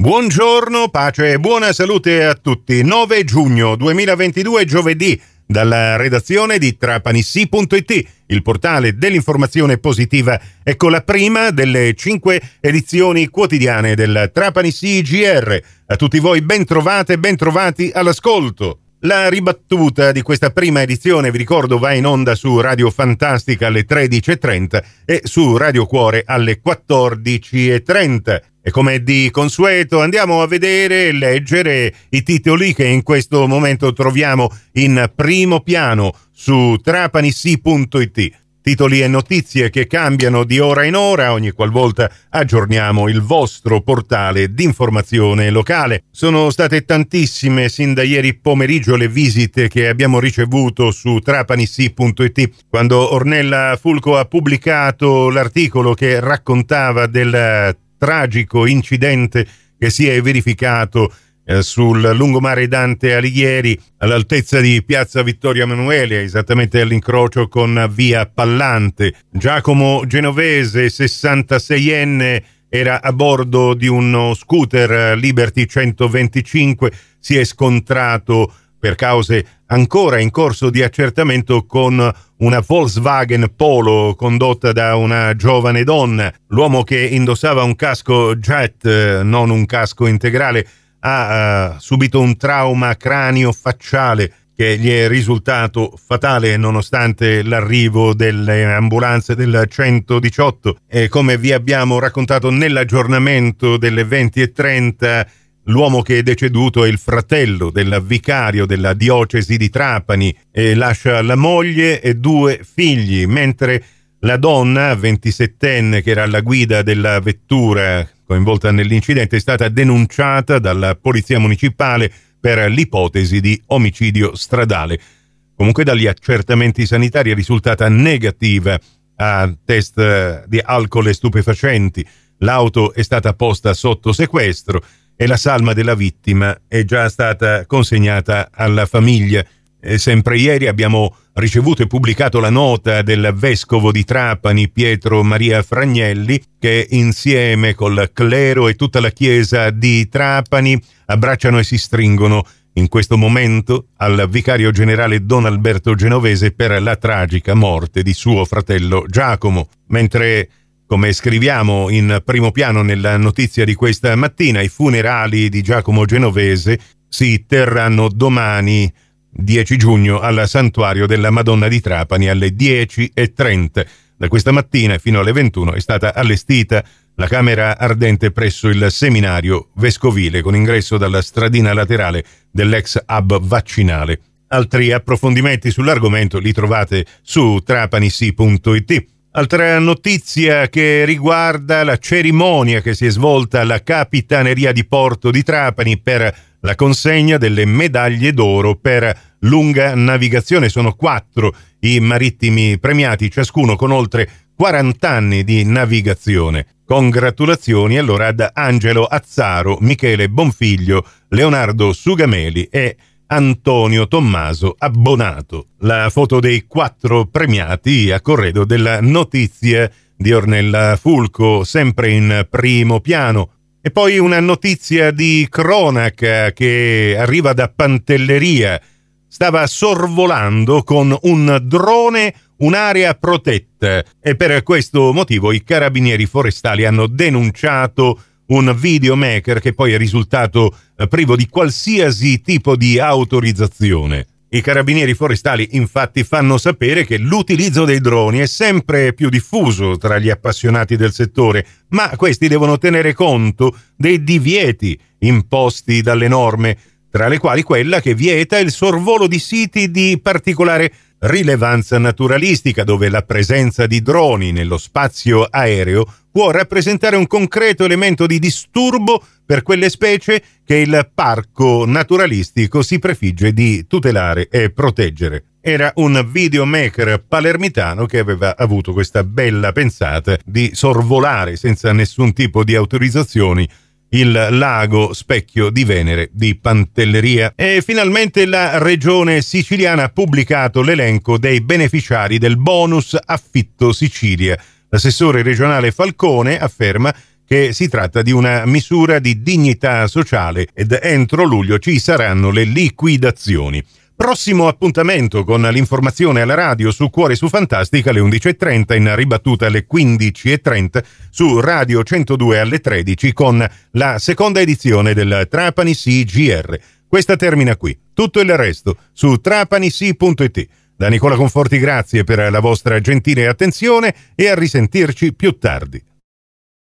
Buongiorno, pace e buona salute a tutti. 9 giugno 2022, giovedì, dalla redazione di Trapanissi.it, il portale dell'informazione positiva. Ecco la prima delle 5 edizioni quotidiane del Trapanissi GR. A tutti voi ben trovate e ben trovati all'ascolto. La ribattuta di questa prima edizione, vi ricordo, va in onda su Radio Fantastica alle 13.30 e su Radio Cuore alle 14.30. E come di consueto andiamo a vedere e leggere i titoli che in questo momento troviamo in primo piano su Trapanissi.it. Titoli e notizie che cambiano di ora in ora ogni qualvolta aggiorniamo il vostro portale di informazione locale. Sono state tantissime sin da ieri pomeriggio le visite che abbiamo ricevuto su Trapanissi.it, quando Ornella Fulco ha pubblicato l'articolo che raccontava del tragico incidente che si è verificato sul lungomare Dante Alighieri all'altezza di Piazza Vittorio Emanuele, esattamente all'incrocio con via Pallante. Giacomo Genovese, 66enne, era a bordo di uno scooter Liberty 125, si è scontrato per cause ancora in corso di accertamento con una Volkswagen Polo condotta da una giovane donna. L'uomo, che indossava un casco jet, non un casco integrale, ha subito un trauma cranio-facciale che gli è risultato fatale nonostante l'arrivo delle ambulanze del 118. E come vi abbiamo raccontato nell'aggiornamento delle 20.30, l'uomo che è deceduto è il fratello del vicario della diocesi di Trapani e lascia la moglie e 2 figli, mentre la donna, 27enne, che era alla guida della vettura coinvolta nell'incidente, è stata denunciata dalla polizia municipale per l'ipotesi di omicidio stradale. Comunque dagli accertamenti sanitari è risultata negativa a test di alcol e stupefacenti. L'auto è stata posta sotto sequestro e la salma della vittima è già stata consegnata alla famiglia. E sempre ieri abbiamo ricevuto e pubblicato la nota del vescovo di Trapani, Pietro Maria Fragnelli, che insieme col clero e tutta la chiesa di Trapani abbracciano e si stringono in questo momento al vicario generale Don Alberto Genovese per la tragica morte di suo fratello Giacomo. Mentre, come scriviamo in primo piano nella notizia di questa mattina, i funerali di Giacomo Genovese si terranno domani 10 giugno al Santuario della Madonna di Trapani alle 10.30. Da questa mattina fino alle 21 è stata allestita la camera ardente presso il seminario vescovile con ingresso dalla stradina laterale dell'ex hub vaccinale. Altri approfondimenti sull'argomento li trovate su Trapanissi.it. Altra notizia che riguarda la cerimonia che si è svolta alla Capitaneria di Porto di Trapani per la consegna delle medaglie d'oro per lunga navigazione. Sono 4 i marittimi premiati, ciascuno con oltre 40 anni di navigazione. Congratulazioni allora ad Angelo Azzaro, Michele Bonfiglio, Leonardo Sugameli e Antonio Tommaso Abbonato. La foto dei 4 premiati a corredo della notizia di Ornella Fulco, sempre in primo piano. E poi una notizia di cronaca che arriva da Pantelleria. Stava sorvolando con un drone un'area protetta e per questo motivo i carabinieri forestali hanno denunciato un videomaker che poi è risultato privo di qualsiasi tipo di autorizzazione. I carabinieri forestali infatti fanno sapere che l'utilizzo dei droni è sempre più diffuso tra gli appassionati del settore, ma questi devono tenere conto dei divieti imposti dalle norme, tra le quali quella che vieta il sorvolo di siti di particolare rilevanza naturalistica, dove la presenza di droni nello spazio aereo può rappresentare un concreto elemento di disturbo per quelle specie che il parco naturalistico si prefigge di tutelare e proteggere. Era un videomaker palermitano che aveva avuto questa bella pensata di sorvolare senza nessun tipo di autorizzazioni il lago Specchio di Venere di Pantelleria. E finalmente la regione siciliana ha pubblicato l'elenco dei beneficiari del bonus affitto Sicilia. L'assessore regionale Falcone afferma che si tratta di una misura di dignità sociale ed entro luglio ci saranno le liquidazioni. Prossimo appuntamento con l'informazione alla radio su Cuore su Fantastica alle 11.30, in ribattuta alle 15.30 su Radio 102 alle 13 con la seconda edizione del Trapani CGR. Questa termina qui, tutto il resto su trapanisi.it. Da Nicola Conforti grazie per la vostra gentile attenzione e a risentirci più tardi.